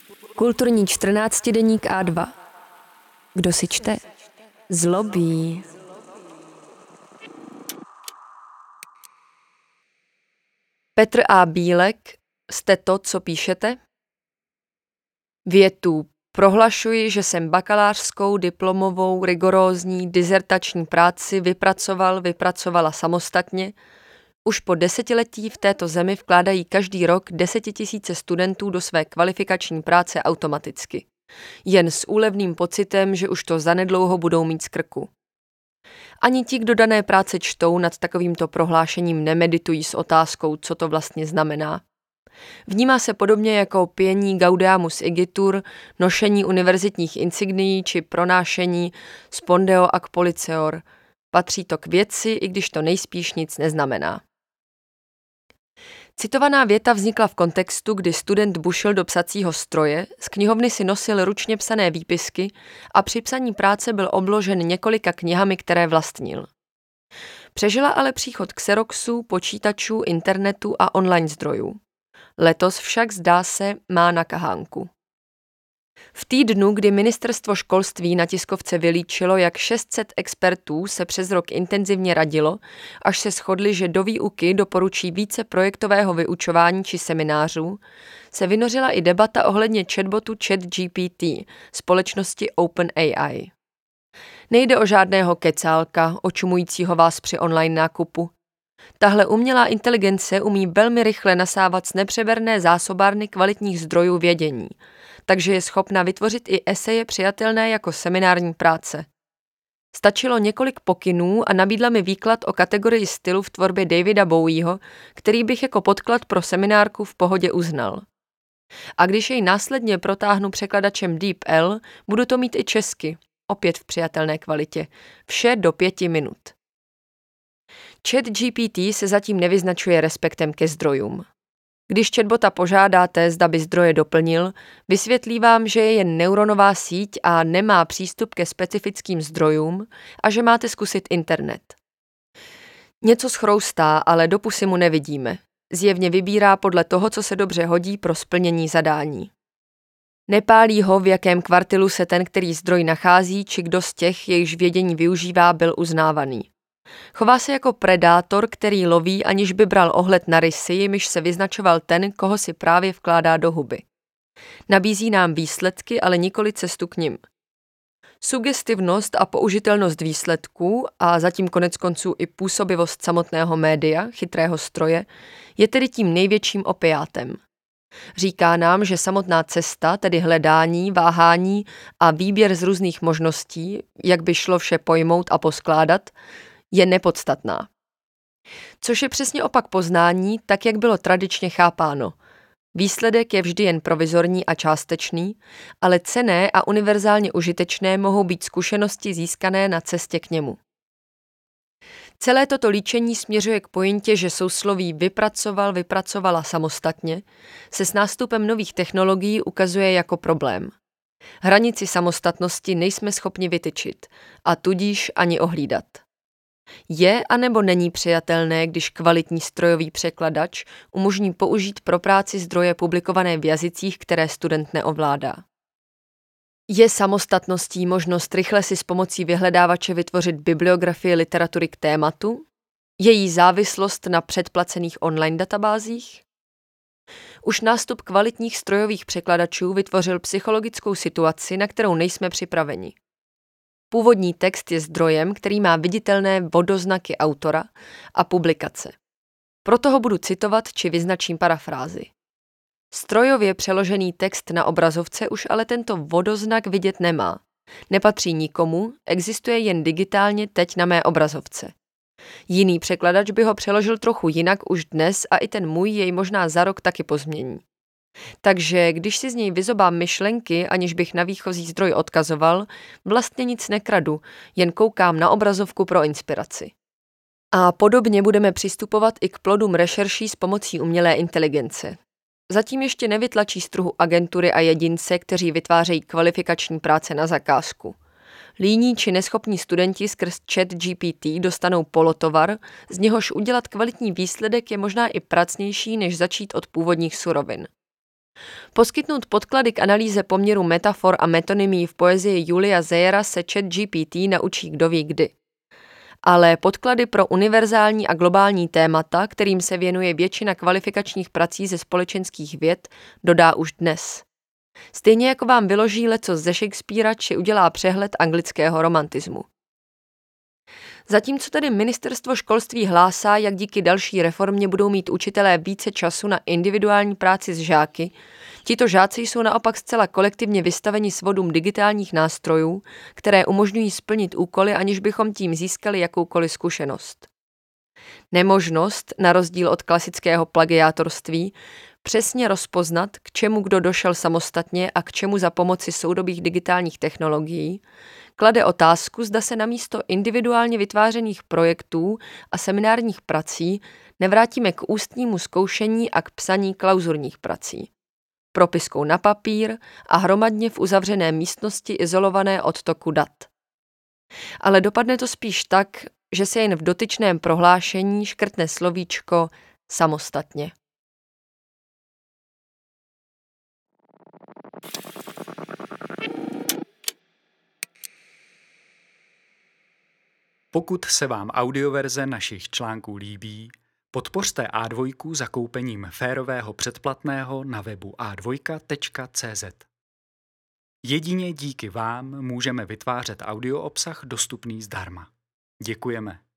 Kulturní 14denník A2. Kdo si čte? Zlobí. Petr A. Bílek, jste to, co píšete? Větu: prohlašuji, že jsem bakalářskou, diplomovou, rigorózní, dizertační práci vypracovala samostatně. Už po desetiletí v této zemi vkládají každý rok 10 000 studentů do své kvalifikační práce automaticky. Jen s úlevným pocitem, že už to zanedlouho budou mít z krku. Ani ti, kdo dané práce čtou, nad takovýmto prohlášením nemeditují s otázkou, co to vlastně znamená. Vnímá se podobně jako pění Gaudeamus igitur, nošení univerzitních insignií či pronášení spondeo ac politeor. Patří to k věci, i když to nejspíš nic neznamená. Citovaná věta vznikla v kontextu, kdy student bušil do psacího stroje, z knihovny si nosil ručně psané výpisky a při psaní práce byl obložen několika knihami, které vlastnil. Přežila ale příchod Xeroxu, počítačů, internetu a online zdrojů. Letos však, zdá se, má na kahánku. V týdnu, kdy ministerstvo školství na tiskovce vylíčilo, jak 600 expertů se přes rok intenzivně radilo, až se shodli, že do výuky doporučí více projektového vyučování či seminářů, se vynořila i debata ohledně chatbotu ChatGPT společnosti OpenAI. Nejde o žádného kecálka, očumujícího vás při online nákupu. Tahle umělá inteligence umí velmi rychle nasávat z nepřeberné zásobárny kvalitních zdrojů vědění, takže je schopna vytvořit i eseje přijatelné jako seminární práce. Stačilo několik pokynů a nabídla mi výklad o kategorii stylu v tvorbě Davida Bowieho, který bych jako podklad pro seminárku v pohodě uznal. A když jej následně protáhnu překladačem DeepL, budu to mít i česky, opět v přijatelné kvalitě, vše do 5 minut. ChatGPT se zatím nevyznačuje respektem ke zdrojům. Když chatbota požádáte, zda by zdroje doplnil, vysvětlí vám, že je jen neuronová síť a nemá přístup ke specifickým zdrojům a že máte zkusit internet. Něco schroustá, ale do pusy mu nevidíme. Zjevně vybírá podle toho, co se dobře hodí pro splnění zadání. Nepálí ho, v jakém kvartilu se ten, který zdroj nachází, či kdo z těch, jejichž vědění využívá, byl uznávaný. Chová se jako predátor, který loví, aniž by bral ohled na rysy, jimiž se vyznačoval ten, koho si právě vkládá do huby. Nabízí nám výsledky, ale nikoli cestu k nim. Sugestivnost a použitelnost výsledků a zatím koneckonců i působivost samotného média, chytrého stroje, je tedy tím největším opiátem. Říká nám, že samotná cesta, tedy hledání, váhání a výběr z různých možností, jak by šlo vše pojmout a poskládat, je nepodstatná. Což je přesně opak poznání, tak jak bylo tradičně chápáno. Výsledek je vždy jen provizorní a částečný, ale cenné a univerzálně užitečné mohou být zkušenosti získané na cestě k němu. Celé toto líčení směřuje k pointě, že sousloví vypracovala samostatně se s nástupem nových technologií ukazuje jako problém. Hranici samostatnosti nejsme schopni vytyčit a tudíž ani ohlídat. Je anebo není přijatelné, když kvalitní strojový překladač umožní použít pro práci zdroje publikované v jazycích, které student neovládá? Je samostatností možnost rychle si s pomocí vyhledávače vytvořit bibliografii literatury k tématu? Její závislost na předplacených online databázích? Už nástup kvalitních strojových překladačů vytvořil psychologickou situaci, na kterou nejsme připraveni. Původní text je zdrojem, který má viditelné vodoznaky autora a publikace. Proto ho budu citovat či vyznačím parafrázi. Strojově přeložený text na obrazovce už ale tento vodoznak vidět nemá. Nepatří nikomu, existuje jen digitálně teď na mé obrazovce. Jiný překladač by ho přeložil trochu jinak už dnes a i ten můj jej možná za rok taky pozmění. Takže když si z něj vyzobám myšlenky, aniž bych na výchozí zdroj odkazoval, vlastně nic nekradu, jen koukám na obrazovku pro inspiraci. A podobně budeme přistupovat i k plodům rešerší s pomocí umělé inteligence. Zatím ještě nevytlačí z trhu agentury a jedince, kteří vytvářejí kvalifikační práce na zakázku. Líní či neschopní studenti skrz ChatGPT dostanou polotovar, z něhož udělat kvalitní výsledek je možná i pracnější, než začít od původních surovin. Poskytnout podklady k analýze poměru metafor a metonymí v poezii Julia Zejera se ChatGPT naučí kdo ví kdy. Ale podklady pro univerzální a globální témata, kterým se věnuje většina kvalifikačních prací ze společenských věd, dodá už dnes. Stejně jako vám vyloží lecos ze Shakespearea či udělá přehled anglického romantismu. Zatímco tedy ministerstvo školství hlásá, jak díky další reformě budou mít učitelé více času na individuální práci s žáky, tito žáci jsou naopak zcela kolektivně vystaveni svodům digitálních nástrojů, které umožňují splnit úkoly, aniž bychom tím získali jakoukoliv zkušenost. Nemožnost, na rozdíl od klasického plagiátorství, přesně rozpoznat, k čemu kdo došel samostatně a k čemu za pomoci soudobých digitálních technologií, klade otázku, zda se namísto individuálně vytvářených projektů a seminárních prací nevrátíme k ústnímu zkoušení a k psaní klauzurních prací. Propiskou na papír a hromadně v uzavřené místnosti izolované od toku dat. Ale dopadne to spíš tak, že se jen v dotyčném prohlášení škrtne slovíčko samostatně. Pokud se vám audioverze našich článků líbí, podpořte A2 zakoupením férového předplatného na webu a2.cz. Jedině díky vám můžeme vytvářet audio obsah dostupný zdarma. Děkujeme.